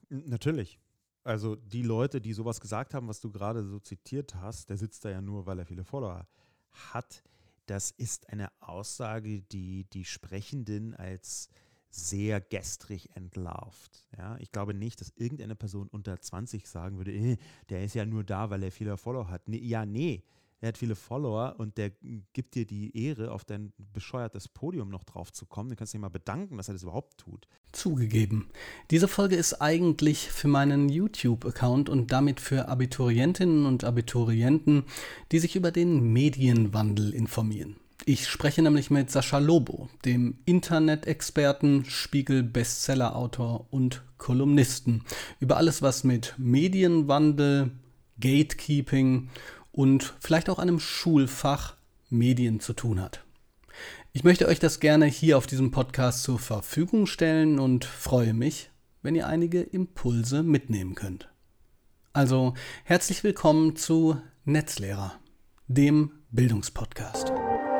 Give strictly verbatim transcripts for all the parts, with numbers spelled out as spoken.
Natürlich. Also die Leute, die sowas gesagt haben, was du gerade so zitiert hast, der sitzt da ja nur, weil er viele Follower hat. Das ist eine Aussage, die die Sprechenden als sehr gestrig entlarvt. Ja, ich glaube nicht, dass irgendeine Person unter zwanzig sagen würde, äh, der ist ja nur da, weil er viele Follower hat. Nee, ja, nee, er hat viele Follower und der gibt dir die Ehre, auf dein bescheuertes Podium noch drauf zu kommen. Du kannst dich mal bedanken, dass er das überhaupt tut. Zugegeben. Diese Folge ist eigentlich für meinen YouTube-Account und damit für Abiturientinnen und Abiturienten, die sich über den Medienwandel informieren. Ich spreche nämlich mit Sascha Lobo, dem Internet-Experten, Spiegel-Bestseller-Autor und Kolumnisten, über alles, was mit Medienwandel, Gatekeeping und vielleicht auch einem Schulfach Medien zu tun hat. Ich möchte euch das gerne hier auf diesem Podcast zur Verfügung stellen und freue mich, wenn ihr einige Impulse mitnehmen könnt. Also herzlich willkommen zu Netzlehrer, dem Bildungspodcast.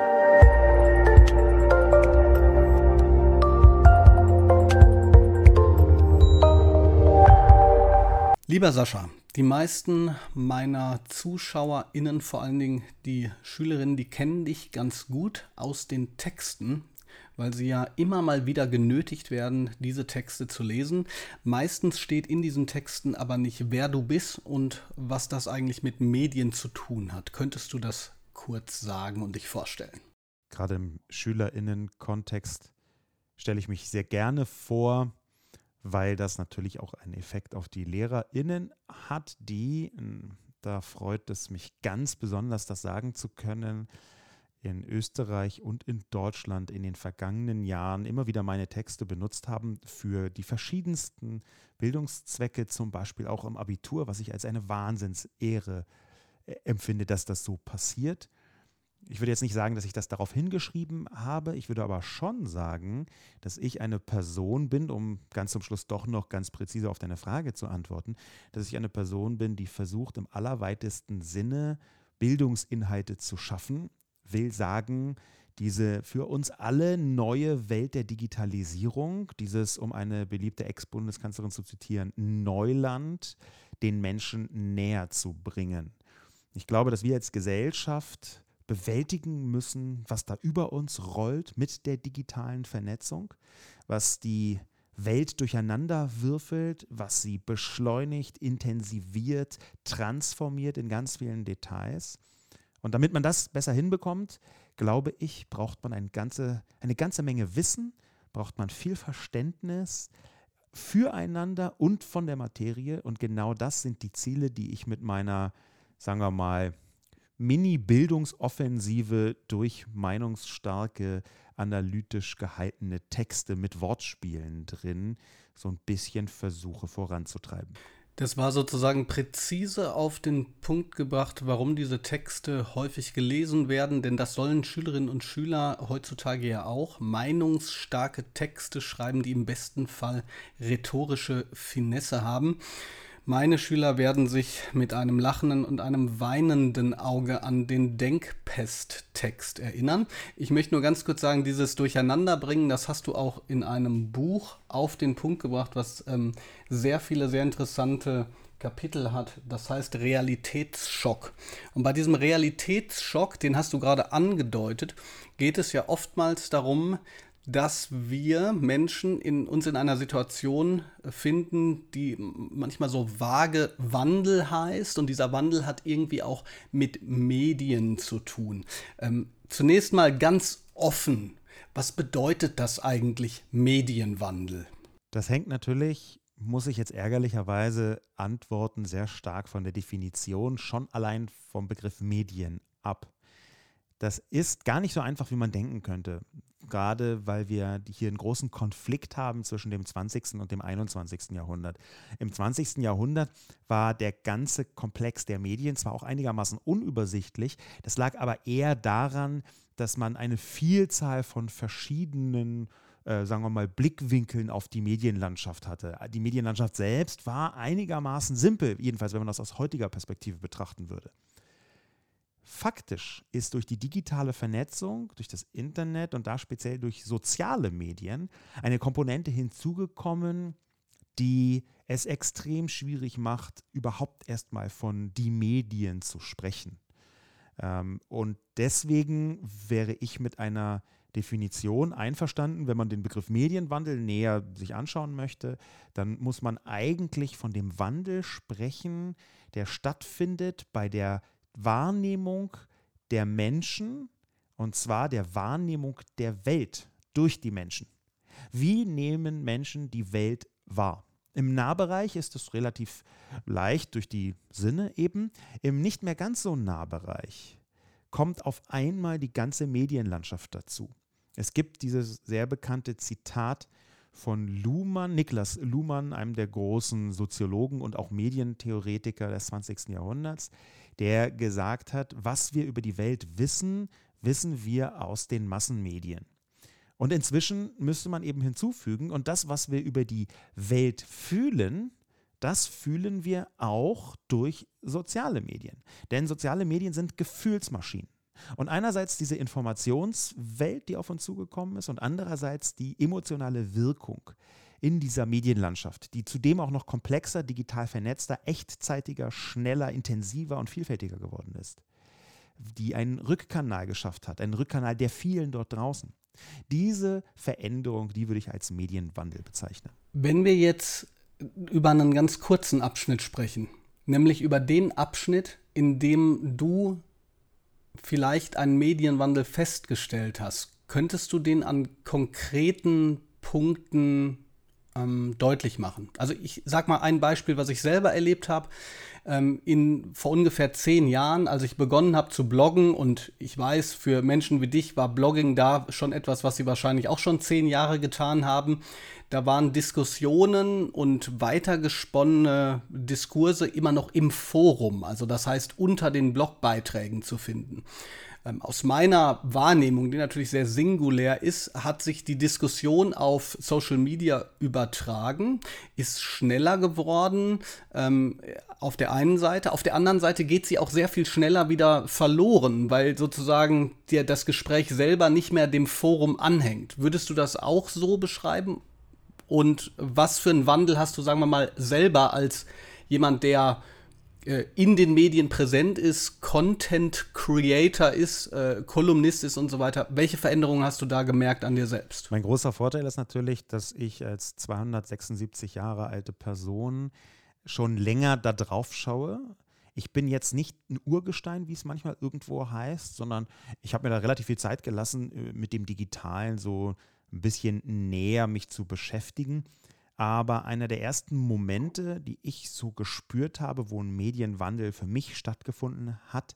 Lieber Sascha, die meisten meiner ZuschauerInnen, vor allen Dingen die Schülerinnen, die kennen dich ganz gut aus den Texten, weil sie ja immer mal wieder genötigt werden, diese Texte zu lesen. Meistens steht in diesen Texten aber nicht, wer du bist und was das eigentlich mit Medien zu tun hat. Könntest du das kurz sagen und dich vorstellen? Gerade im SchülerInnen-Kontext stelle ich mich sehr gerne vor, weil das natürlich auch einen Effekt auf die LehrerInnen hat, die, da freut es mich ganz besonders, das sagen zu können, in Österreich und in Deutschland in den vergangenen Jahren immer wieder meine Texte benutzt haben für die verschiedensten Bildungszwecke, zum Beispiel auch im Abitur, was ich als eine Wahnsinnsehre empfinde, dass das so passiert. Ich würde jetzt nicht sagen, dass ich das darauf hingeschrieben habe. Ich würde aber schon sagen, dass ich eine Person bin, um ganz zum Schluss doch noch ganz präzise auf deine Frage zu antworten, dass ich eine Person bin, die versucht, im allerweitesten Sinne Bildungsinhalte zu schaffen, will sagen, diese für uns alle neue Welt der Digitalisierung, dieses, um eine beliebte Ex-Bundeskanzlerin zu zitieren, Neuland, den Menschen näher zu bringen. Ich glaube, dass wir als Gesellschaft bewältigen müssen, was da über uns rollt mit der digitalen Vernetzung, was die Welt durcheinander würfelt, was sie beschleunigt, intensiviert, transformiert in ganz vielen Details. Und damit man das besser hinbekommt, glaube ich, braucht man eine ganze, eine ganze Menge Wissen, braucht man viel Verständnis füreinander und von der Materie. Und genau das sind die Ziele, die ich mit meiner, sagen wir mal, Mini-Bildungsoffensive durch meinungsstarke, analytisch gehaltene Texte mit Wortspielen drin so ein bisschen versuche voranzutreiben. Das war sozusagen präzise auf den Punkt gebracht, warum diese Texte häufig gelesen werden, denn das sollen Schülerinnen und Schüler heutzutage ja auch. Meinungsstarke Texte schreiben, die im besten Fall rhetorische Finesse haben. Meine Schüler werden sich mit einem lachenden und einem weinenden Auge an den Denkpest-Text erinnern. Ich möchte nur ganz kurz sagen, dieses Durcheinanderbringen, das hast du auch in einem Buch auf den Punkt gebracht, was ähm, sehr viele, sehr interessante Kapitel hat. Das heißt Realitätsschock. Und bei diesem Realitätsschock, den hast du gerade angedeutet, geht es ja oftmals darum, dass wir Menschen in, uns in einer Situation finden, die manchmal so vage Wandel heißt. Und dieser Wandel hat irgendwie auch mit Medien zu tun. Ähm, zunächst mal ganz offen. Was bedeutet das eigentlich, Medienwandel? Das hängt natürlich, muss ich jetzt ärgerlicherweise antworten, sehr stark von der Definition, schon allein vom Begriff Medien ab. Das ist gar nicht so einfach, wie man denken könnte. Gerade weil wir hier einen großen Konflikt haben zwischen dem zwanzigsten und dem einundzwanzigsten Jahrhundert. Im zwanzigsten Jahrhundert war der ganze Komplex der Medien zwar auch einigermaßen unübersichtlich, das lag aber eher daran, dass man eine Vielzahl von verschiedenen, äh, sagen wir mal, Blickwinkeln auf die Medienlandschaft hatte. Die Medienlandschaft selbst war einigermaßen simpel, jedenfalls wenn man das aus heutiger Perspektive betrachten würde. Faktisch ist durch die digitale Vernetzung, durch das Internet und da speziell durch soziale Medien eine Komponente hinzugekommen, die es extrem schwierig macht, überhaupt erstmal von die Medien zu sprechen. Ähm, und deswegen wäre ich mit einer Definition einverstanden, wenn man den Begriff Medienwandel näher sich anschauen möchte, dann muss man eigentlich von dem Wandel sprechen, der stattfindet bei der Wahrnehmung der Menschen, und zwar der Wahrnehmung der Welt durch die Menschen. Wie nehmen Menschen die Welt wahr? Im Nahbereich ist es relativ leicht durch die Sinne eben. Im nicht mehr ganz so Nahbereich kommt auf einmal die ganze Medienlandschaft dazu. Es gibt dieses sehr bekannte Zitat von Luhmann, Niklas Luhmann, einem der großen Soziologen und auch Medientheoretiker des zwanzigsten Jahrhunderts, der gesagt hat, was wir über die Welt wissen, wissen wir aus den Massenmedien. Und inzwischen müsste man eben hinzufügen, und das, was wir über die Welt fühlen, das fühlen wir auch durch soziale Medien. Denn soziale Medien sind Gefühlsmaschinen. Und einerseits diese Informationswelt, die auf uns zugekommen ist, und andererseits die emotionale Wirkung in dieser Medienlandschaft, die zudem auch noch komplexer, digital vernetzter, echtzeitiger, schneller, intensiver und vielfältiger geworden ist, die einen Rückkanal geschafft hat, einen Rückkanal der vielen dort draußen. Diese Veränderung, die würde ich als Medienwandel bezeichnen. Wenn wir jetzt über einen ganz kurzen Abschnitt sprechen, nämlich über den Abschnitt, in dem du vielleicht einen Medienwandel festgestellt hast, könntest du den an konkreten Punkten ähm, deutlich machen? Also ich sag mal ein Beispiel, was ich selber erlebt habe. Ähm, in, vor ungefähr zehn Jahren, als ich begonnen habe zu bloggen, und ich weiß, für Menschen wie dich war Blogging da schon etwas, was sie wahrscheinlich auch schon zehn Jahre getan haben. Da waren Diskussionen und weitergesponnene Diskurse immer noch im Forum, also das heißt unter den Blogbeiträgen zu finden. Ähm, aus meiner Wahrnehmung, die natürlich sehr singulär ist, hat sich die Diskussion auf Social Media übertragen, ist schneller geworden ähm, auf der einen Seite. Auf der anderen Seite geht sie auch sehr viel schneller wieder verloren, weil sozusagen dir das Gespräch selber nicht mehr dem Forum anhängt. Würdest du das auch so beschreiben? Und was für einen Wandel hast du, sagen wir mal, selber als jemand, der äh, in den Medien präsent ist, Content Creator ist, äh, Kolumnist ist und so weiter. Welche Veränderungen hast du da gemerkt an dir selbst? Mein großer Vorteil ist natürlich, dass ich als zweihundertsechsundsiebzig Jahre alte Person schon länger da drauf schaue. Ich bin jetzt nicht ein Urgestein, wie es manchmal irgendwo heißt, sondern ich habe mir da relativ viel Zeit gelassen, mit dem Digitalen so ein bisschen näher mich zu beschäftigen. Aber einer der ersten Momente, die ich so gespürt habe, wo ein Medienwandel für mich stattgefunden hat,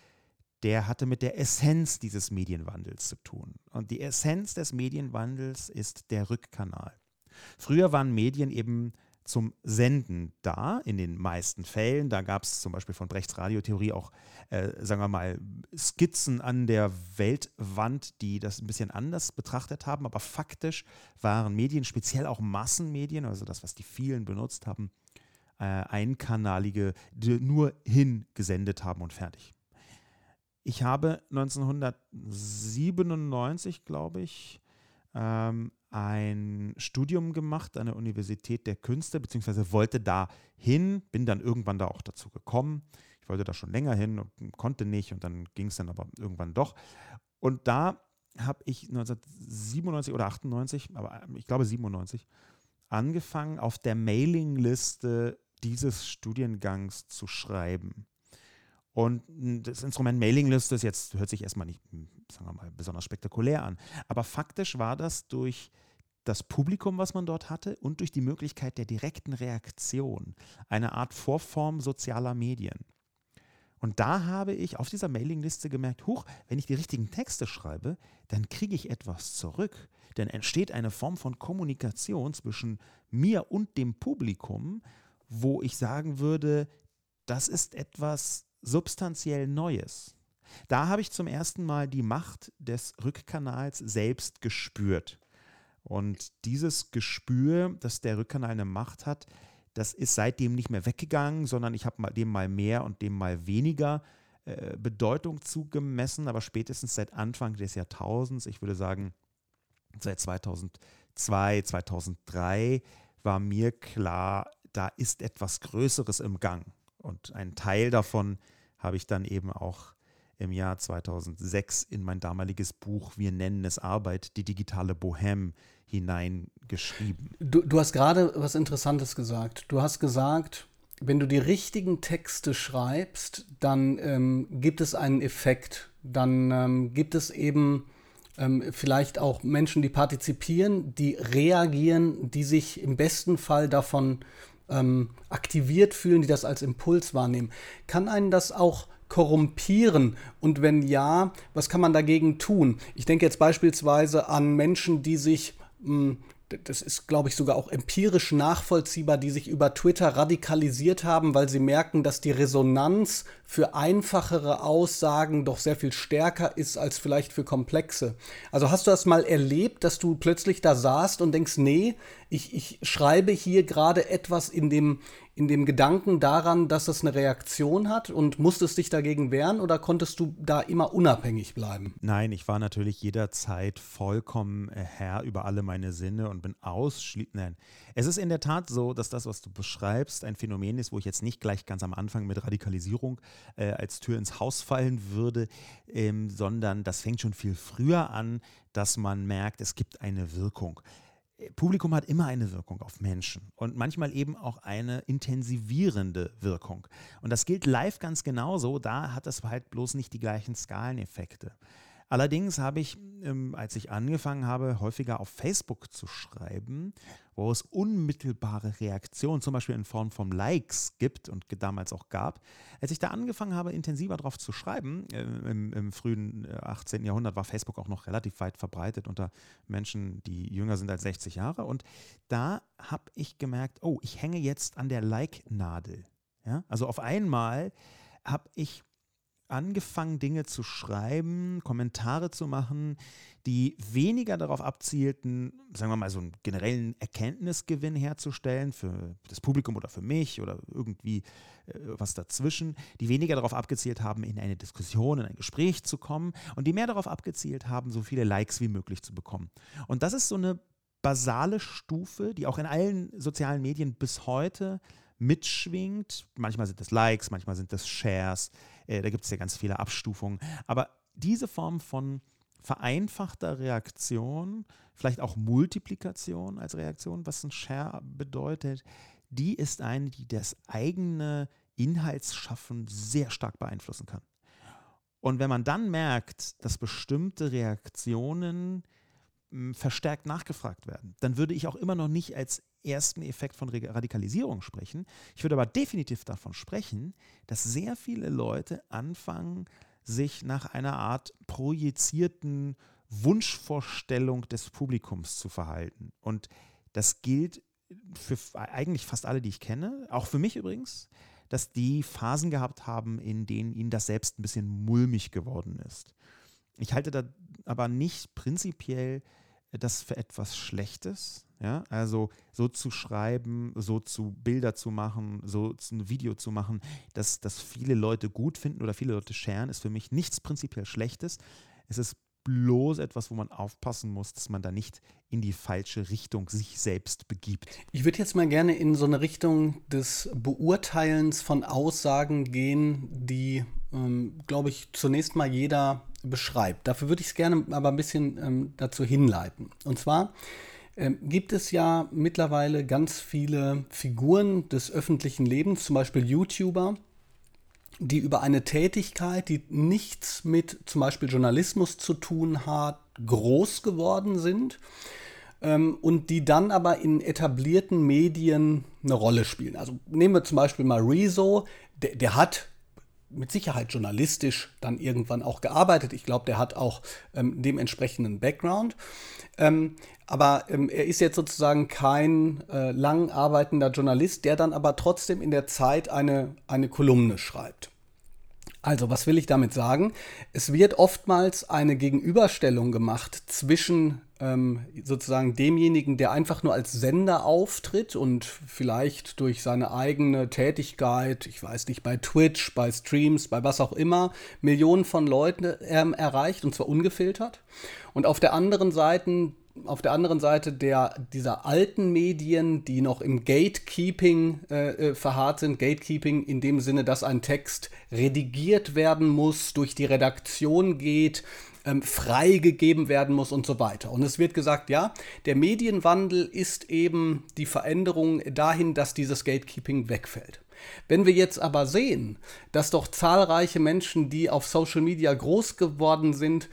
der hatte mit der Essenz dieses Medienwandels zu tun. Und die Essenz des Medienwandels ist der Rückkanal. Früher waren Medien eben zum Senden da, in den meisten Fällen. Da gab es zum Beispiel von Brechts Radiotheorie auch, äh, sagen wir mal, Skizzen an der Weltwand, die das ein bisschen anders betrachtet haben. Aber faktisch waren Medien, speziell auch Massenmedien, also das, was die vielen benutzt haben, äh, einkanalige, die nur hingesendet haben und fertig. Ich habe neunzehnhundertsiebenundneunzig, glaube ich, ähm, ein Studium gemacht an der Universität der Künste, beziehungsweise wollte da hin, bin dann irgendwann da auch dazu gekommen. Ich wollte da schon länger hin und konnte nicht, und dann ging es dann aber irgendwann doch. Und da habe ich neunzehnhundertsiebenundneunzig oder achtundneunzig, aber ich glaube siebenundneunzig, angefangen, auf der Mailingliste dieses Studiengangs zu schreiben. Und das Instrument Mailingliste ist jetzt, hört sich erstmal nicht, sagen wir mal, besonders spektakulär an. Aber faktisch war das durch das Publikum, was man dort hatte, und durch die Möglichkeit der direkten Reaktion eine Art Vorform sozialer Medien. Und da habe ich auf dieser Mailingliste gemerkt, huch, wenn ich die richtigen Texte schreibe, dann kriege ich etwas zurück. Dann entsteht eine Form von Kommunikation zwischen mir und dem Publikum, wo ich sagen würde, das ist etwas substanziell Neues. Da habe ich zum ersten Mal die Macht des Rückkanals selbst gespürt. Und dieses Gespür, dass der Rückkanal eine Macht hat, das ist seitdem nicht mehr weggegangen, sondern ich habe dem mal mehr und dem mal weniger äh, Bedeutung zugemessen, aber spätestens seit Anfang des Jahrtausends, ich würde sagen seit zweitausendzwei, zweitausenddrei, war mir klar, da ist etwas Größeres im Gang. Und einen Teil davon habe ich dann eben auch im Jahr zweitausendsechs in mein damaliges Buch Wir nennen es Arbeit, die digitale Bohème hineingeschrieben. Du, du hast gerade was Interessantes gesagt. Du hast gesagt, wenn du die richtigen Texte schreibst, dann ähm, gibt es einen Effekt. Dann ähm, gibt es eben ähm, vielleicht auch Menschen, die partizipieren, die reagieren, die sich im besten Fall davon ähm, aktiviert fühlen, die das als Impuls wahrnehmen. Kann einen das auch korrumpieren? Und wenn ja, was kann man dagegen tun? Ich denke jetzt beispielsweise an Menschen, die sich mh, das ist, glaube ich, sogar auch empirisch nachvollziehbar, die sich über Twitter radikalisiert haben, weil sie merken, dass die Resonanz für einfachere Aussagen doch sehr viel stärker ist als vielleicht für komplexe. Also hast du das mal erlebt, dass du plötzlich da saßt und denkst, nee, ich, ich schreibe hier gerade etwas in dem, in dem Gedanken daran, dass es eine Reaktion hat, und musstest dich dagegen wehren, oder konntest du da immer unabhängig bleiben? Nein, ich war natürlich jederzeit vollkommen Herr über alle meine Sinne und bin ausschließlich. Nein, es ist in der Tat so, dass das, was du beschreibst, ein Phänomen ist, wo ich jetzt nicht gleich ganz am Anfang mit Radikalisierung äh, als Tür ins Haus fallen würde, ähm, sondern das fängt schon viel früher an, dass man merkt, es gibt eine Wirkung. Publikum hat immer eine Wirkung auf Menschen und manchmal eben auch eine intensivierende Wirkung. Und das gilt live ganz genauso, da hat es halt bloß nicht die gleichen Skaleneffekte. Allerdings habe ich, ähm, als ich angefangen habe, häufiger auf Facebook zu schreiben, wo es unmittelbare Reaktionen, zum Beispiel in Form von Likes gibt und damals auch gab, als ich da angefangen habe, intensiver drauf zu schreiben, äh, im, im frühen achtzehnten Jahrhundert war Facebook auch noch relativ weit verbreitet unter Menschen, die jünger sind als sechzig Jahre, und da habe ich gemerkt, oh, ich hänge jetzt an der Like-Nadel. Ja? Also auf einmal habe ich angefangen, Dinge zu schreiben, Kommentare zu machen, die weniger darauf abzielten, sagen wir mal, so einen generellen Erkenntnisgewinn herzustellen für das Publikum oder für mich oder irgendwie äh, was dazwischen, die weniger darauf abgezielt haben, in eine Diskussion, in ein Gespräch zu kommen, und die mehr darauf abgezielt haben, so viele Likes wie möglich zu bekommen. Und das ist so eine basale Stufe, die auch in allen sozialen Medien bis heute mitschwingt. Manchmal sind das Likes, manchmal sind das Shares, äh, da gibt es ja ganz viele Abstufungen. Aber diese Form von vereinfachter Reaktion, vielleicht auch Multiplikation als Reaktion, was ein Share bedeutet, die ist eine, die das eigene Inhaltsschaffen sehr stark beeinflussen kann. Und wenn man dann merkt, dass bestimmte Reaktionen mh, verstärkt nachgefragt werden, dann würde ich auch immer noch nicht als ersten Effekt von Radikalisierung sprechen. Ich würde aber definitiv davon sprechen, dass sehr viele Leute anfangen, sich nach einer Art projizierten Wunschvorstellung des Publikums zu verhalten. Und das gilt für eigentlich fast alle, die ich kenne, auch für mich übrigens, dass die Phasen gehabt haben, in denen ihnen das selbst ein bisschen mulmig geworden ist. Ich halte da aber nicht prinzipiell das für etwas Schlechtes. Ja, also so zu schreiben, so zu Bilder zu machen, so ein Video zu machen, dass das viele Leute gut finden oder viele Leute sharen, ist für mich nichts prinzipiell Schlechtes. Es ist bloß etwas, wo man aufpassen muss, dass man da nicht in die falsche Richtung sich selbst begibt. Ich würde jetzt mal gerne in so eine Richtung des Beurteilens von Aussagen gehen, die, ähm, glaube ich, zunächst mal jeder beschreibt. Dafür würde ich es gerne aber ein bisschen ähm, dazu hinleiten. Und zwar ähm, gibt es ja mittlerweile ganz viele Figuren des öffentlichen Lebens, zum Beispiel YouTuber, die über eine Tätigkeit, die nichts mit zum Beispiel Journalismus zu tun hat, groß geworden sind ähm, und die dann aber in etablierten Medien eine Rolle spielen. Also nehmen wir zum Beispiel mal Rezo, der, der hat mit Sicherheit journalistisch dann irgendwann auch gearbeitet. Ich glaube, der hat auch ähm, dementsprechenden Background. Ähm, aber ähm, er ist jetzt sozusagen kein äh, lang arbeitender Journalist, der dann aber trotzdem in der Zeit eine, eine Kolumne schreibt. Also, was will ich damit sagen? Es wird oftmals eine Gegenüberstellung gemacht zwischen ähm, sozusagen demjenigen, der einfach nur als Sender auftritt und vielleicht durch seine eigene Tätigkeit, ich weiß nicht, bei Twitch, bei Streams, bei was auch immer, Millionen von Leuten ähm, erreicht, und zwar ungefiltert. Und auf der anderen Seite auf der anderen Seite der, dieser alten Medien, die noch im Gatekeeping äh, äh, verharrt sind. Gatekeeping in dem Sinne, dass ein Text redigiert werden muss, durch die Redaktion geht, ähm, freigegeben werden muss und so weiter. Und es wird gesagt, ja, der Medienwandel ist eben die Veränderung dahin, dass dieses Gatekeeping wegfällt. Wenn wir jetzt aber sehen, dass doch zahlreiche Menschen, die auf Social Media groß geworden sind,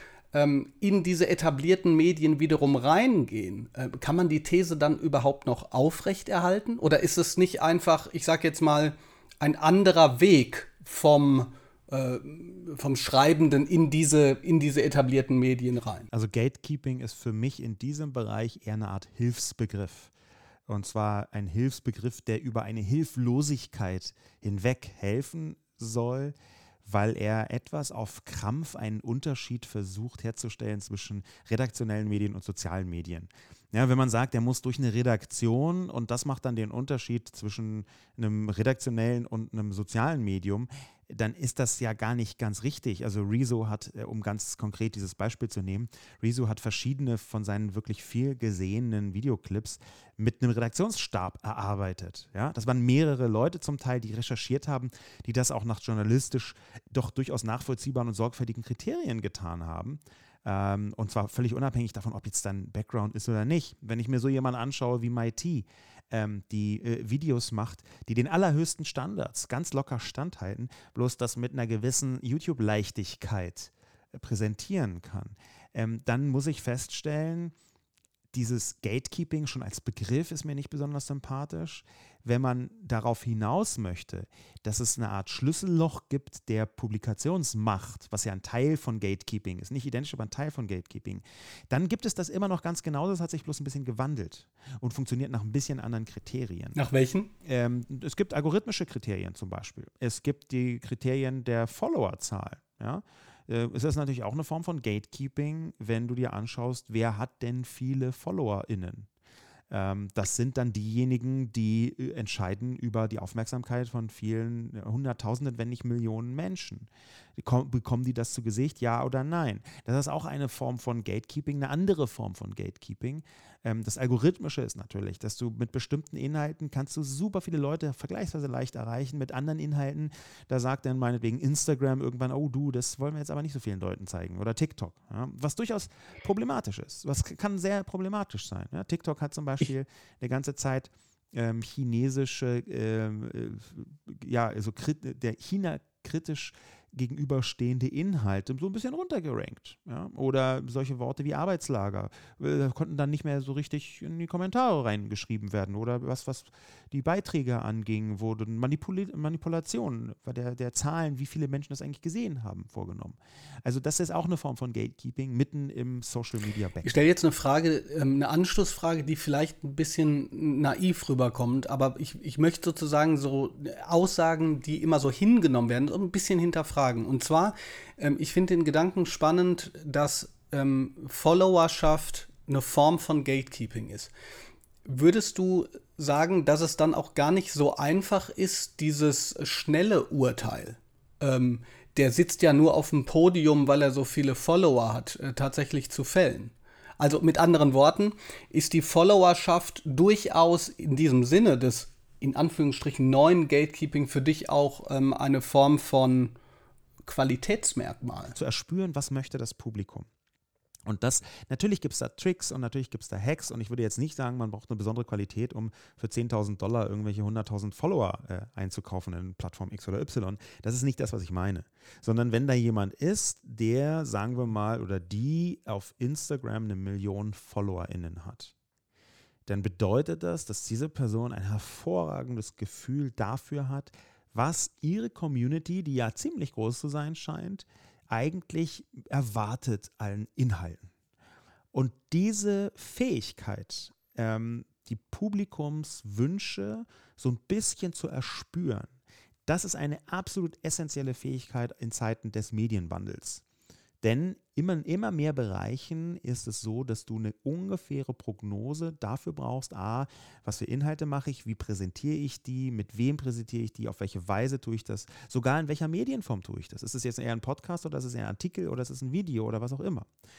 in diese etablierten Medien wiederum reingehen, kann man die These dann überhaupt noch aufrechterhalten? Oder ist es nicht einfach, ich sag jetzt mal, ein anderer Weg vom, äh, vom Schreibenden in diese, in diese etablierten Medien rein? Also Gatekeeping ist für mich in diesem Bereich eher eine Art Hilfsbegriff. Und zwar ein Hilfsbegriff, der über eine Hilflosigkeit hinweg helfen soll, weil er etwas auf Krampf einen Unterschied versucht herzustellen zwischen redaktionellen Medien und sozialen Medien. Ja, wenn man sagt, er muss durch eine Redaktion und das macht dann den Unterschied zwischen einem redaktionellen und einem sozialen Medium, dann ist das ja gar nicht ganz richtig. Also Rezo hat, um ganz konkret dieses Beispiel zu nehmen, Rezo hat verschiedene von seinen wirklich viel gesehenen Videoclips mit einem Redaktionsstab erarbeitet. Ja? Das waren mehrere Leute zum Teil, die recherchiert haben, die das auch nach journalistisch doch durchaus nachvollziehbaren und sorgfältigen Kriterien getan haben. Ähm, und zwar völlig unabhängig davon, ob jetzt dann Background ist oder nicht. Wenn ich mir so jemanden anschaue wie Mighty, ähm, die äh, Videos macht, die den allerhöchsten Standards ganz locker standhalten, bloß das mit einer gewissen YouTube-Leichtigkeit äh, präsentieren kann, ähm, dann muss ich feststellen, dieses Gatekeeping schon als Begriff ist mir nicht besonders sympathisch. Wenn man darauf hinaus möchte, dass es eine Art Schlüsselloch gibt der Publikationsmacht, was ja ein Teil von Gatekeeping ist, nicht identisch, aber ein Teil von Gatekeeping, dann gibt es das immer noch ganz genauso, es hat sich bloß ein bisschen gewandelt und funktioniert nach ein bisschen anderen Kriterien. Nach welchen? Ähm, es gibt algorithmische Kriterien zum Beispiel. Es gibt die Kriterien der Followerzahl, ja. Es ist natürlich auch eine Form von Gatekeeping, wenn du dir anschaust, wer hat denn viele FollowerInnen? Ähm, das sind dann diejenigen, die äh, entscheiden über die Aufmerksamkeit von vielen äh, Hunderttausenden, wenn nicht Millionen Menschen. Kom- bekommen die das zu Gesicht, ja oder nein? Das ist auch eine Form von Gatekeeping, eine andere Form von Gatekeeping. Ähm, das Algorithmische ist natürlich, dass du mit bestimmten Inhalten kannst du super viele Leute vergleichsweise leicht erreichen. Mit anderen Inhalten, da sagt dann meinetwegen Instagram irgendwann, oh du, das wollen wir jetzt aber nicht so vielen Leuten zeigen. Oder TikTok, ja? Was durchaus problematisch ist. Was kann sehr problematisch sein. Ja? TikTok hat zum Beispiel eine ganze Zeit ähm, chinesische, ähm, äh, ja, also krit- der China kritisch gegenüberstehende Inhalte so ein bisschen runtergerankt. Ja? Oder solche Worte wie Arbeitslager äh, konnten dann nicht mehr so richtig in die Kommentare reingeschrieben werden. Oder was, was die Beiträge anging, wurden Manipul- Manipulationen der, der Zahlen, wie viele Menschen das eigentlich gesehen haben, vorgenommen. Also das ist auch eine Form von Gatekeeping mitten im Social Media Backend. Ich stelle jetzt eine Frage, ähm, eine Anschlussfrage, die vielleicht ein bisschen naiv rüberkommt, aber ich, ich möchte sozusagen so Aussagen, die immer so hingenommen werden, so ein bisschen hinterfragen. Und zwar, ähm, ich finde den Gedanken spannend, dass ähm, Followerschaft eine Form von Gatekeeping ist. Würdest du sagen, dass es dann auch gar nicht so einfach ist, dieses schnelle Urteil, ähm, der sitzt ja nur auf dem Podium, weil er so viele Follower hat, äh, tatsächlich zu fällen? Also mit anderen Worten, ist die Followerschaft durchaus in diesem Sinne des, in Anführungsstrichen, neuen Gatekeeping für dich auch ähm, eine Form von Qualitätsmerkmal? Zu erspüren, was möchte das Publikum. Und das, natürlich gibt es da Tricks und natürlich gibt es da Hacks und ich würde jetzt nicht sagen, man braucht eine besondere Qualität, um für zehntausend Dollar irgendwelche hunderttausend Follower äh, einzukaufen in Plattform X oder Y. Das ist nicht das, was ich meine. Sondern wenn da jemand ist, der, sagen wir mal, oder die auf Instagram eine Million FollowerInnen hat, dann bedeutet das, dass diese Person ein hervorragendes Gefühl dafür hat, was ihre Community, die ja ziemlich groß zu sein scheint, eigentlich erwartet an Inhalten. Und diese Fähigkeit, ähm, die Publikumswünsche so ein bisschen zu erspüren, das ist eine absolut essentielle Fähigkeit in Zeiten des Medienwandels. Denn immer in immer mehr Bereichen ist es so, dass du eine ungefähre Prognose dafür brauchst, a, was für Inhalte mache ich, wie präsentiere ich die, mit wem präsentiere ich die, auf welche Weise tue ich das, sogar in welcher Medienform tue ich das. Ist es jetzt eher ein Podcast oder ist es eher ein Artikel oder ist es ein Video oder was auch immer.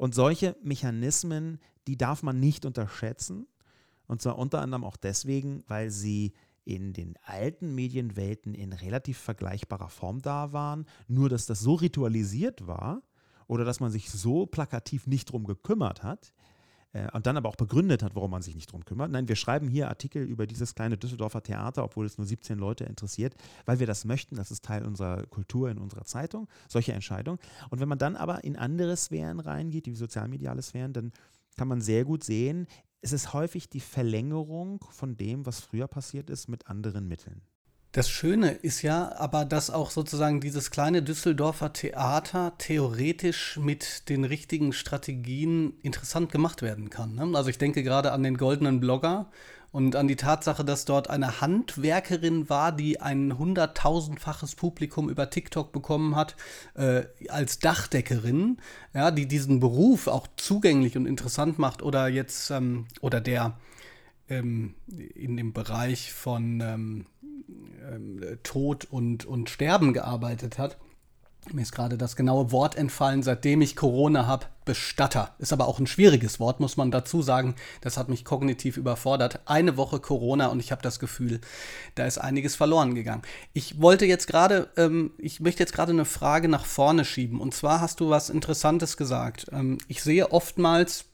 Und solche Mechanismen, die darf man nicht unterschätzen. Und zwar unter anderem auch deswegen, weil sie in den alten Medienwelten in relativ vergleichbarer Form da waren, nur dass das so ritualisiert war oder dass man sich so plakativ nicht drum gekümmert hat äh, und dann aber auch begründet hat, warum man sich nicht drum kümmert. Nein, wir schreiben hier Artikel über dieses kleine Düsseldorfer Theater, obwohl es nur siebzehn Leute interessiert, weil wir das möchten, das ist Teil unserer Kultur in unserer Zeitung, solche Entscheidungen. Und wenn man dann aber in andere Sphären reingeht, die sozialmediale Sphären, dann kann man sehr gut sehen, es ist häufig die Verlängerung von dem, was früher passiert ist, mit anderen Mitteln. Das Schöne ist ja aber, dass auch sozusagen dieses kleine Düsseldorfer Theater theoretisch mit den richtigen Strategien interessant gemacht werden kann. Ne? Also ich denke gerade an den Goldenen Blogger und an die Tatsache, dass dort eine Handwerkerin war, die ein hunderttausendfaches Publikum über TikTok bekommen hat, äh, als Dachdeckerin, ja, die diesen Beruf auch zugänglich und interessant macht. Oder jetzt, ähm, oder der ähm, in dem Bereich von ähm, ähm, Tod und, und Sterben gearbeitet hat. Mir ist gerade das genaue Wort entfallen, seitdem ich Corona habe, Bestatter. Ist aber auch ein schwieriges Wort, muss man dazu sagen. Das hat mich kognitiv überfordert. Eine Woche Corona und ich habe das Gefühl, da ist einiges verloren gegangen. Ich wollte jetzt gerade, ähm, ich möchte jetzt gerade eine Frage nach vorne schieben. Und zwar hast du was Interessantes gesagt. Ähm, ich sehe oftmals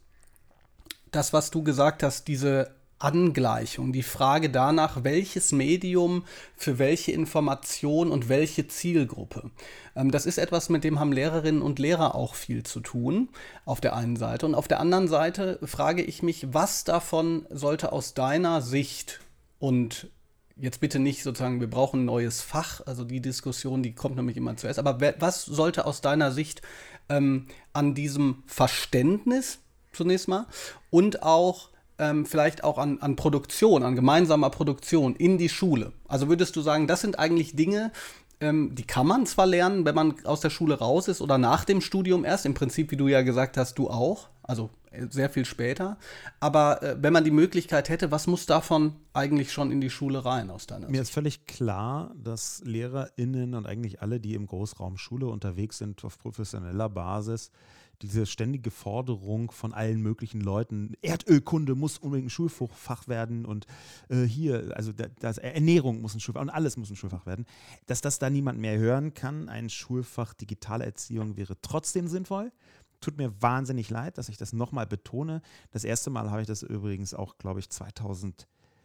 das, was du gesagt hast, diese Angleichung, die Frage danach, welches Medium für welche Information und welche Zielgruppe. Ähm, das ist etwas, mit dem haben Lehrerinnen und Lehrer auch viel zu tun, auf der einen Seite. Und auf der anderen Seite frage ich mich, was davon sollte aus deiner Sicht, und jetzt bitte nicht sozusagen, wir brauchen ein neues Fach, also die Diskussion, die kommt nämlich immer zuerst, aber was sollte aus deiner Sicht ähm, an diesem Verständnis zunächst mal und auch Ähm, vielleicht auch an, an Produktion, an gemeinsamer Produktion in die Schule. Also würdest du sagen, das sind eigentlich Dinge, ähm, die kann man zwar lernen, wenn man aus der Schule raus ist oder nach dem Studium erst, im Prinzip, wie du ja gesagt hast, du auch, also sehr viel später, aber äh, wenn man die Möglichkeit hätte, was muss davon eigentlich schon in die Schule rein aus deiner Sicht? Mir ist völlig klar, dass LehrerInnen und eigentlich alle, die im Großraum Schule unterwegs sind, auf professioneller Basis, diese ständige Forderung von allen möglichen Leuten, Erdölkunde muss unbedingt ein Schulfach werden und äh, hier, also da, das, Ernährung muss ein Schulfach und alles muss ein Schulfach werden, dass das da niemand mehr hören kann. Ein Schulfach Digitale Erziehung wäre trotzdem sinnvoll. Tut mir wahnsinnig leid, dass ich das nochmal betone. Das erste Mal habe ich das übrigens auch, glaube ich, zweitausendsieben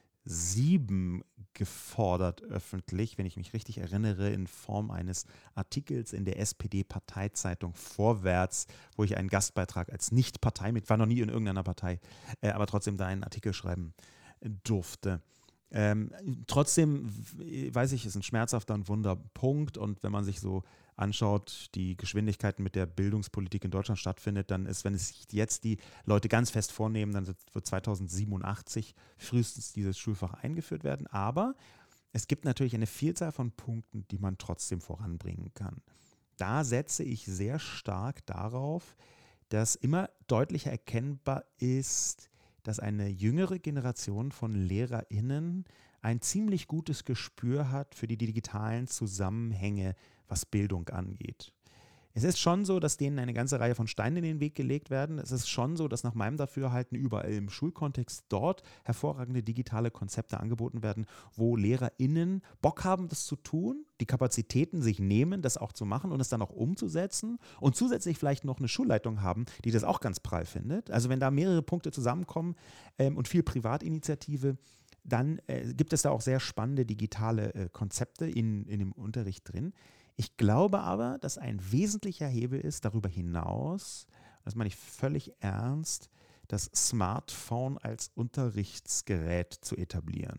gefordert öffentlich, wenn ich mich richtig erinnere, in Form eines Artikels in der S P D-Parteizeitung Vorwärts, wo ich einen Gastbeitrag als Nicht-Parteimitglied, war noch nie in irgendeiner Partei, äh, aber trotzdem da einen Artikel schreiben durfte. Ähm, trotzdem weiß ich, ist ein schmerzhafter und wunder Punkt, und wenn man sich so anschaut, die Geschwindigkeiten, mit der Bildungspolitik in Deutschland stattfindet, dann ist, wenn es sich jetzt die Leute ganz fest vornehmen, dann wird zweitausendsiebenundachtzig frühestens dieses Schulfach eingeführt werden. Aber es gibt natürlich eine Vielzahl von Punkten, die man trotzdem voranbringen kann. Da setze ich sehr stark darauf, dass immer deutlicher erkennbar ist, dass eine jüngere Generation von LehrerInnen ein ziemlich gutes Gespür hat für die digitalen Zusammenhänge, was Bildung angeht. Es ist schon so, dass denen eine ganze Reihe von Steinen in den Weg gelegt werden. Es ist schon so, dass nach meinem Dafürhalten überall im Schulkontext dort hervorragende digitale Konzepte angeboten werden, wo LehrerInnen Bock haben, das zu tun, die Kapazitäten sich nehmen, das auch zu machen und es dann auch umzusetzen und zusätzlich vielleicht noch eine Schulleitung haben, die das auch ganz prall findet. Also wenn da mehrere Punkte zusammenkommen ähm, und viel Privatinitiative, dann äh, gibt es da auch sehr spannende digitale äh, Konzepte in, in dem Unterricht drin. Ich glaube aber, dass ein wesentlicher Hebel ist, darüber hinaus, das meine ich völlig ernst, das Smartphone als Unterrichtsgerät zu etablieren.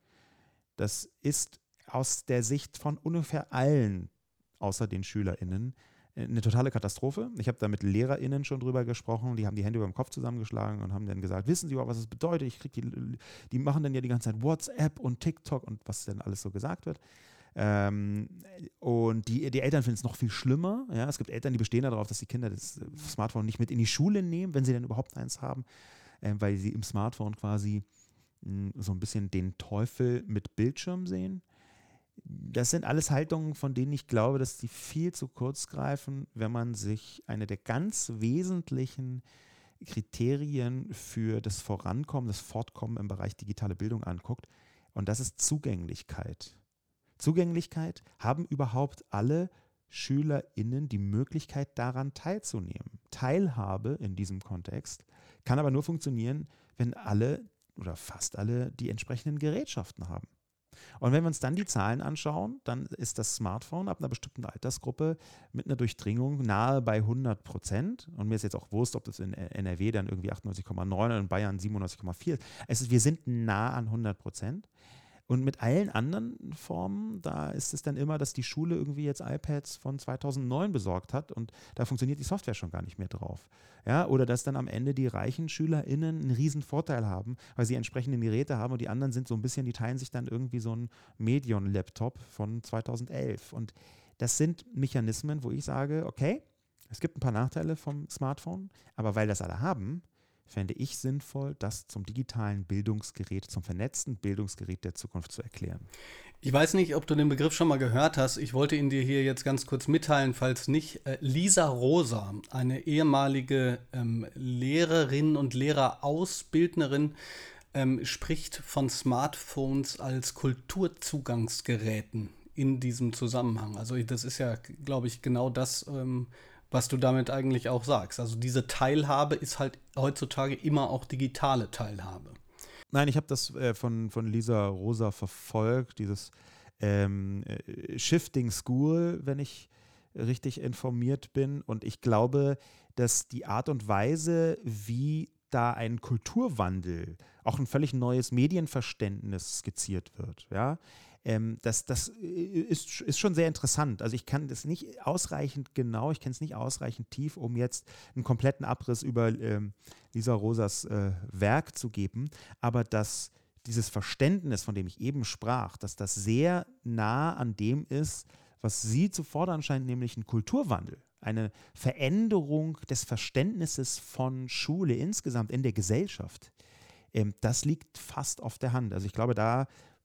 Das ist aus der Sicht von ungefähr allen, außer den SchülerInnen, eine totale Katastrophe. Ich habe da mit LehrerInnen schon drüber gesprochen, die haben die Hände über dem Kopf zusammengeschlagen und haben dann gesagt, wissen Sie überhaupt, was es bedeutet? Ich krieg die, die machen dann ja die ganze Zeit WhatsApp und TikTok und was denn alles so gesagt wird. Ähm, und die, die Eltern finden es noch viel schlimmer. Ja? Es gibt Eltern, die bestehen darauf, dass die Kinder das Smartphone nicht mit in die Schule nehmen, wenn sie denn überhaupt eins haben, äh, weil sie im Smartphone quasi mh, so ein bisschen den Teufel mit Bildschirm sehen. Das sind alles Haltungen, von denen ich glaube, dass die viel zu kurz greifen, wenn man sich eine der ganz wesentlichen Kriterien für das Vorankommen, das Fortkommen im Bereich digitale Bildung anguckt. Und das ist Zugänglichkeit. Zugänglichkeit, haben überhaupt alle SchülerInnen die Möglichkeit, daran teilzunehmen. Teilhabe in diesem Kontext kann aber nur funktionieren, wenn alle oder fast alle die entsprechenden Gerätschaften haben. Und wenn wir uns dann die Zahlen anschauen, dann ist das Smartphone ab einer bestimmten Altersgruppe mit einer Durchdringung nahe bei hundert Prozent. Und mir ist jetzt auch Wurst, ob das in N R W dann irgendwie achtundneunzig Komma neun und in Bayern siebenundneunzig Komma vier ist. Es ist. Wir sind nah an hundert Prozent. Und mit allen anderen Formen, da ist es dann immer, dass die Schule irgendwie jetzt iPads von zweitausendneun besorgt hat und da funktioniert die Software schon gar nicht mehr drauf. Ja, oder dass dann am Ende die reichen SchülerInnen einen riesen Vorteil haben, weil sie entsprechende Geräte haben und die anderen sind so ein bisschen, die teilen sich dann irgendwie so einen Medion-Laptop von zweitausendelf. Und das sind Mechanismen, wo ich sage, okay, es gibt ein paar Nachteile vom Smartphone, aber weil das alle haben, fände ich sinnvoll, das zum digitalen Bildungsgerät, zum vernetzten Bildungsgerät der Zukunft zu erklären. Ich weiß nicht, ob du den Begriff schon mal gehört hast. Ich wollte ihn dir hier jetzt ganz kurz mitteilen, falls nicht. Äh, Lisa Rosa, eine ehemalige ähm, Lehrerin und Lehrerausbildnerin, ähm, spricht von Smartphones als Kulturzugangsgeräten in diesem Zusammenhang. Also das ist ja, glaube ich, genau das, ähm, was du damit eigentlich auch sagst. Also diese Teilhabe ist halt heutzutage immer auch digitale Teilhabe. Nein, ich habe das äh, von, von Lisa Rosa verfolgt, dieses ähm, äh, Shifting School, wenn ich richtig informiert bin. Und ich glaube, dass die Art und Weise, wie da ein Kulturwandel, auch ein völlig neues Medienverständnis skizziert wird, ja, Ähm, das das ist, ist schon sehr interessant. Also ich kann das nicht ausreichend genau, ich kenne es nicht ausreichend tief, um jetzt einen kompletten Abriss über ähm, Lisa Rosas äh, Werk zu geben, aber dass dieses Verständnis, von dem ich eben sprach, dass das sehr nah an dem ist, was sie zu fordern scheint, nämlich ein Kulturwandel, eine Veränderung des Verständnisses von Schule insgesamt in der Gesellschaft. Ähm, das liegt fast auf der Hand. Also ich glaube, da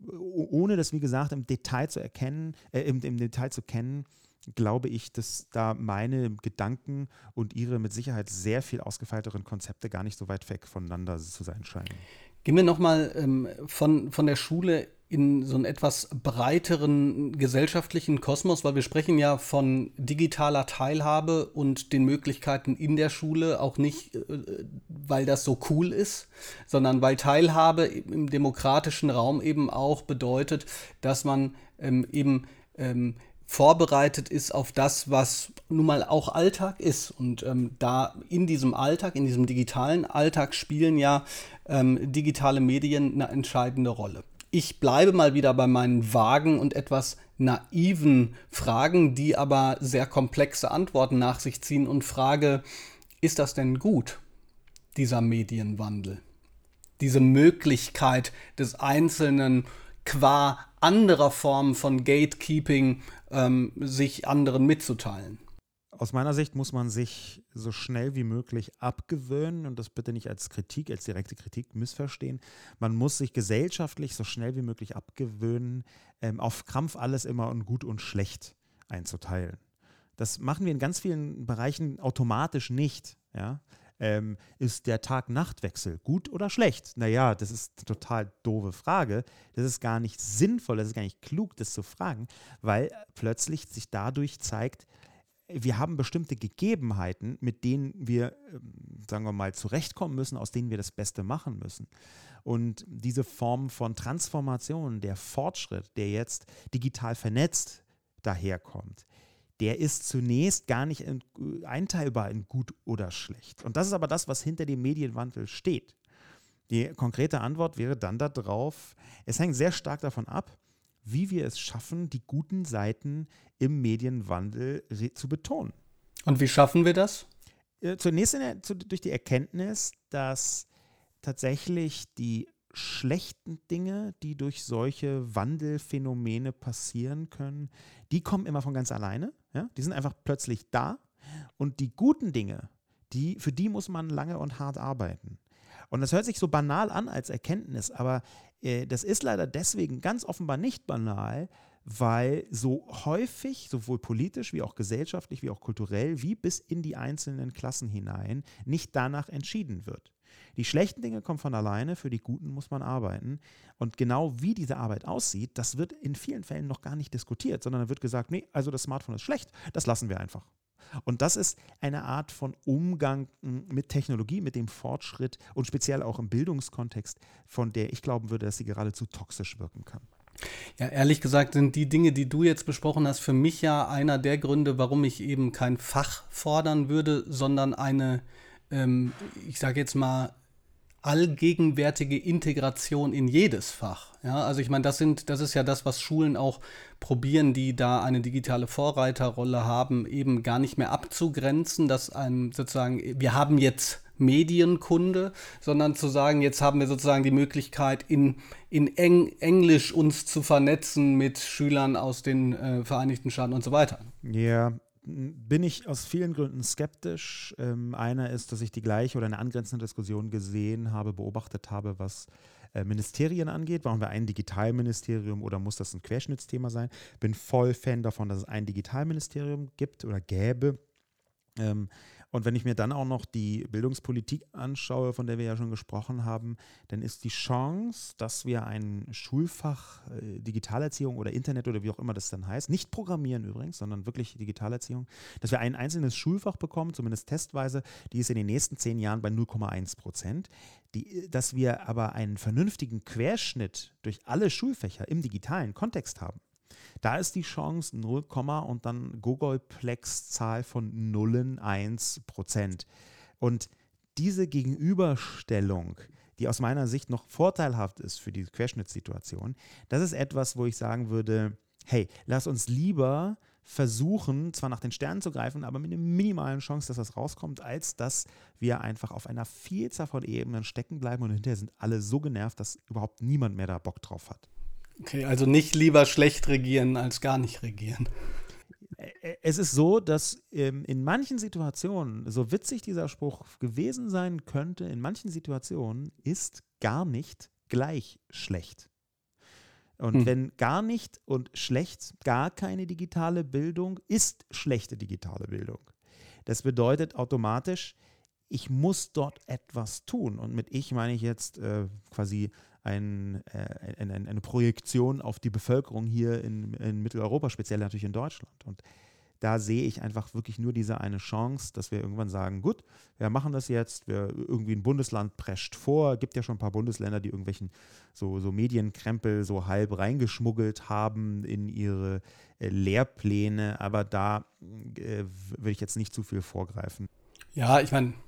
ohne das, wie gesagt, im Detail zu erkennen, äh, im, im Detail zu kennen, glaube ich, dass da meine Gedanken und ihre mit Sicherheit sehr viel ausgefeilteren Konzepte gar nicht so weit weg voneinander zu sein scheinen. Gehen wir nochmal ähm, von, von der Schule in so einen etwas breiteren gesellschaftlichen Kosmos, weil wir sprechen ja von digitaler Teilhabe und den Möglichkeiten in der Schule, auch nicht, äh, weil das so cool ist, sondern weil Teilhabe im demokratischen Raum eben auch bedeutet, dass man ähm, eben ähm, vorbereitet ist auf das, was nun mal auch Alltag ist. Und ähm, da in diesem Alltag, in diesem digitalen Alltag spielen ja ähm, digitale Medien eine entscheidende Rolle. Ich bleibe mal wieder bei meinen vagen und etwas naiven Fragen, die aber sehr komplexe Antworten nach sich ziehen und frage, ist das denn gut, dieser Medienwandel? Diese Möglichkeit des Einzelnen qua anderer Formen von Gatekeeping ähm, sich anderen mitzuteilen? Aus meiner Sicht muss man sich so schnell wie möglich abgewöhnen und das bitte nicht als Kritik, als direkte Kritik missverstehen. Man muss sich gesellschaftlich so schnell wie möglich abgewöhnen, ähm, auf Krampf alles immer in gut und schlecht einzuteilen. Das machen wir in ganz vielen Bereichen automatisch nicht. Ja? Ähm, ist der Tag-Nacht-Wechsel gut oder schlecht? Naja, das ist eine total doofe Frage. Das ist gar nicht sinnvoll, das ist gar nicht klug, das zu fragen, weil plötzlich sich dadurch zeigt, wir haben bestimmte Gegebenheiten, mit denen wir, sagen wir mal, zurechtkommen müssen, aus denen wir das Beste machen müssen. Und diese Form von Transformation, der Fortschritt, der jetzt digital vernetzt daherkommt, der ist zunächst gar nicht einteilbar in gut oder schlecht. Und das ist aber das, was hinter dem Medienwandel steht. Die konkrete Antwort wäre dann darauf, es hängt sehr stark davon ab, wie wir es schaffen, die guten Seiten im Medienwandel zu betonen. Und wie schaffen wir das? Zunächst in der, zu, durch die Erkenntnis, dass tatsächlich die schlechten Dinge, die durch solche Wandelphänomene passieren können, die kommen immer von ganz alleine. Ja? Die sind einfach plötzlich da. Und die guten Dinge, die, für die muss man lange und hart arbeiten. Und das hört sich so banal an als Erkenntnis, aber äh, das ist leider deswegen ganz offenbar nicht banal, weil so häufig, sowohl politisch wie auch gesellschaftlich, wie auch kulturell, wie bis in die einzelnen Klassen hinein, nicht danach entschieden wird. Die schlechten Dinge kommen von alleine, für die guten muss man arbeiten. Und genau wie diese Arbeit aussieht, das wird in vielen Fällen noch gar nicht diskutiert, sondern da wird gesagt, nee, also das Smartphone ist schlecht, das lassen wir einfach. Und das ist eine Art von Umgang mit Technologie, mit dem Fortschritt und speziell auch im Bildungskontext, von der ich glauben würde, dass sie geradezu toxisch wirken kann. Ja, ehrlich gesagt sind die Dinge, die du jetzt besprochen hast, für mich ja einer der Gründe, warum ich eben kein Fach fordern würde, sondern eine, ähm, ich sage jetzt mal, allgegenwärtige Integration in jedes Fach. Ja, also ich meine, das sind, das ist ja das, was Schulen auch probieren, die da eine digitale Vorreiterrolle haben, eben gar nicht mehr abzugrenzen, dass ein sozusagen, wir haben jetzt Medienkunde, sondern zu sagen, jetzt haben wir sozusagen die Möglichkeit, in, in Eng, Englisch uns zu vernetzen mit Schülern aus den äh, Vereinigten Staaten und so weiter. Ja, bin ich aus vielen Gründen skeptisch. Ähm, einer ist, dass ich die gleiche oder eine angrenzende Diskussion gesehen habe, beobachtet habe, was äh, Ministerien angeht. Brauchen wir ein Digitalministerium oder muss das ein Querschnittsthema sein? Bin voll Fan davon, dass es ein Digitalministerium gibt oder gäbe. Ähm, und wenn ich mir dann auch noch die Bildungspolitik anschaue, von der wir ja schon gesprochen haben, dann ist die Chance, dass wir ein Schulfach äh, Digitalerziehung oder Internet oder wie auch immer das dann heißt, nicht Programmieren übrigens, sondern wirklich Digitalerziehung, dass wir ein einzelnes Schulfach bekommen, zumindest testweise, die ist in den nächsten zehn Jahren bei null Komma eins Prozent. Die, dass wir aber einen vernünftigen Querschnitt durch alle Schulfächer im digitalen Kontext haben. Da ist die Chance null, und dann Gogolplex-Zahl von null Komma eins Prozent. Und diese Gegenüberstellung, die aus meiner Sicht noch vorteilhaft ist für die Querschnittssituation, das ist etwas, wo ich sagen würde, hey, lass uns lieber versuchen, zwar nach den Sternen zu greifen, aber mit einer minimalen Chance, dass das rauskommt, als dass wir einfach auf einer Vielzahl von Ebenen stecken bleiben und hinterher sind alle so genervt, dass überhaupt niemand mehr da Bock drauf hat. Okay, also nicht lieber schlecht regieren als gar nicht regieren. Es ist so, dass ähm, in manchen Situationen, so witzig dieser Spruch gewesen sein könnte, in manchen Situationen ist gar nicht gleich schlecht. Und hm. wenn gar nicht und schlecht gar keine digitale Bildung ist schlechte digitale Bildung. Das bedeutet automatisch, ich muss dort etwas tun. Und mit ich meine ich jetzt äh, quasi ein, äh, ein, ein, eine Projektion auf die Bevölkerung hier in, in Mitteleuropa, speziell natürlich in Deutschland. Und da sehe ich einfach wirklich nur diese eine Chance, dass wir irgendwann sagen, gut, wir machen das jetzt, wir, irgendwie ein Bundesland prescht vor, gibt ja schon ein paar Bundesländer, die irgendwelchen so, so Medienkrempel so halb reingeschmuggelt haben in ihre äh, Lehrpläne, aber da äh, will ich jetzt nicht zu viel vorgreifen. Ja, ich meine,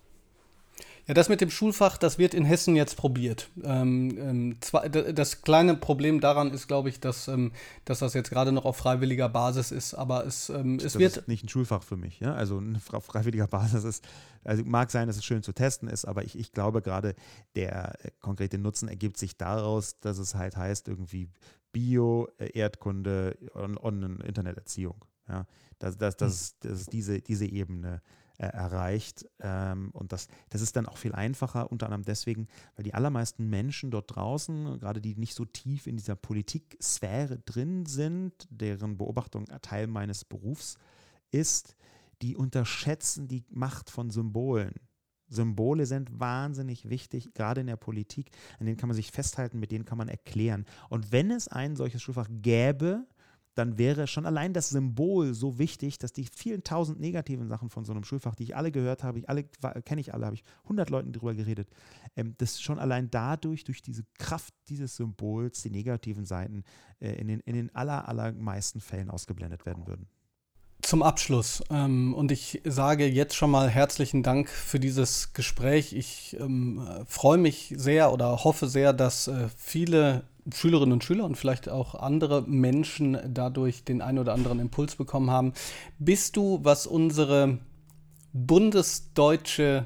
ja, das mit dem Schulfach, das wird in Hessen jetzt probiert. Ähm, ähm, zwar, das kleine Problem daran ist, glaube ich, dass, ähm, dass das jetzt gerade noch auf freiwilliger Basis ist, aber es, ähm, es das wird... Das ist nicht ein Schulfach für mich, ja? Also auf freiwilliger Basis ist, also mag sein, dass es schön zu testen ist, aber ich, ich glaube gerade, der äh, konkrete Nutzen ergibt sich daraus, dass es halt heißt, irgendwie Bio, äh, Erdkunde und, und Interneterziehung. Ja? Dass, dass, dass, dass diese, diese Ebene erreicht. Ähm, und das, das ist dann auch viel einfacher, unter anderem deswegen, weil die allermeisten Menschen dort draußen, gerade die nicht so tief in dieser Politiksphäre drin sind, deren Beobachtung Teil meines Berufs ist, die unterschätzen die Macht von Symbolen. Symbole sind wahnsinnig wichtig, gerade in der Politik, an denen kann man sich festhalten, mit denen kann man erklären. Und wenn es ein solches Schulfach gäbe, dann wäre schon allein das Symbol so wichtig, dass die vielen tausend negativen Sachen von so einem Schulfach, die ich alle gehört habe, ich alle kenne ich alle, habe ich hundert Leuten drüber geredet, ähm, dass schon allein dadurch, durch diese Kraft dieses Symbols, die negativen Seiten äh, in den, in den aller, allermeisten Fällen ausgeblendet werden würden. Zum Abschluss, ähm, und ich sage jetzt schon mal herzlichen Dank für dieses Gespräch. Ich ähm, freue mich sehr oder hoffe sehr, dass äh, viele Schülerinnen und Schüler und vielleicht auch andere Menschen dadurch den einen oder anderen Impuls bekommen haben. Bist du, was unsere bundesdeutsche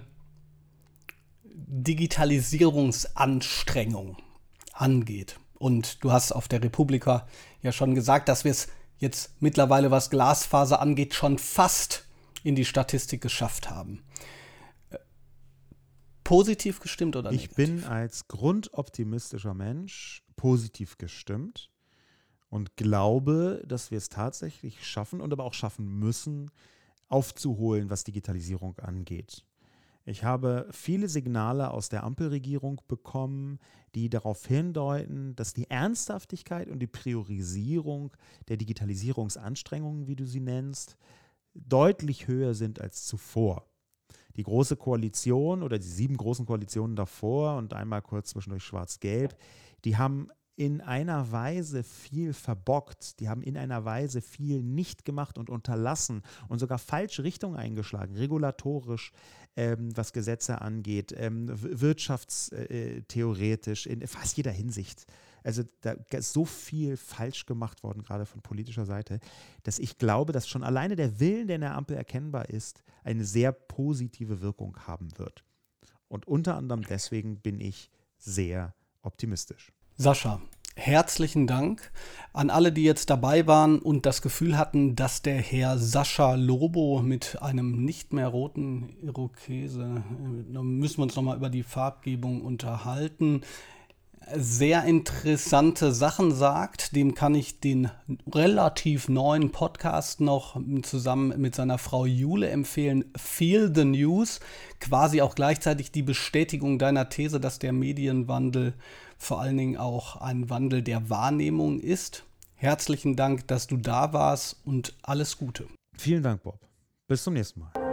Digitalisierungsanstrengung angeht, und du hast auf der Republika ja schon gesagt, dass wir es jetzt mittlerweile, was Glasfaser angeht, schon fast in die Statistik geschafft haben. Positiv gestimmt oder negativ? Ich bin als grundoptimistischer Mensch positiv gestimmt und glaube, dass wir es tatsächlich schaffen und aber auch schaffen müssen, aufzuholen, was Digitalisierung angeht. Ich habe viele Signale aus der Ampelregierung bekommen, die darauf hindeuten, dass die Ernsthaftigkeit und die Priorisierung der Digitalisierungsanstrengungen, wie du sie nennst, deutlich höher sind als zuvor. Die Große Koalition oder die sieben großen Koalitionen davor und einmal kurz zwischendurch Schwarz-Gelb, die haben in einer Weise viel verbockt, die haben in einer Weise viel nicht gemacht und unterlassen und sogar falsche Richtungen eingeschlagen, regulatorisch, ähm, was Gesetze angeht, ähm, wirtschaftstheoretisch, in fast jeder Hinsicht. Also da ist so viel falsch gemacht worden, gerade von politischer Seite, dass ich glaube, dass schon alleine der Willen, der in der Ampel erkennbar ist, eine sehr positive Wirkung haben wird. Und unter anderem deswegen bin ich sehr optimistisch. Sascha, herzlichen Dank an alle, die jetzt dabei waren und das Gefühl hatten, dass der Herr Sascha Lobo mit einem nicht mehr roten Irokese, da müssen wir uns nochmal über die Farbgebung unterhalten, sehr interessante Sachen sagt. Dem kann ich den relativ neuen Podcast noch zusammen mit seiner Frau Jule empfehlen. Feel the News. Quasi auch gleichzeitig die Bestätigung deiner These, dass der Medienwandel vor allen Dingen auch ein Wandel der Wahrnehmung ist. Herzlichen Dank, dass du da warst und alles Gute. Vielen Dank, Bob. Bis zum nächsten Mal.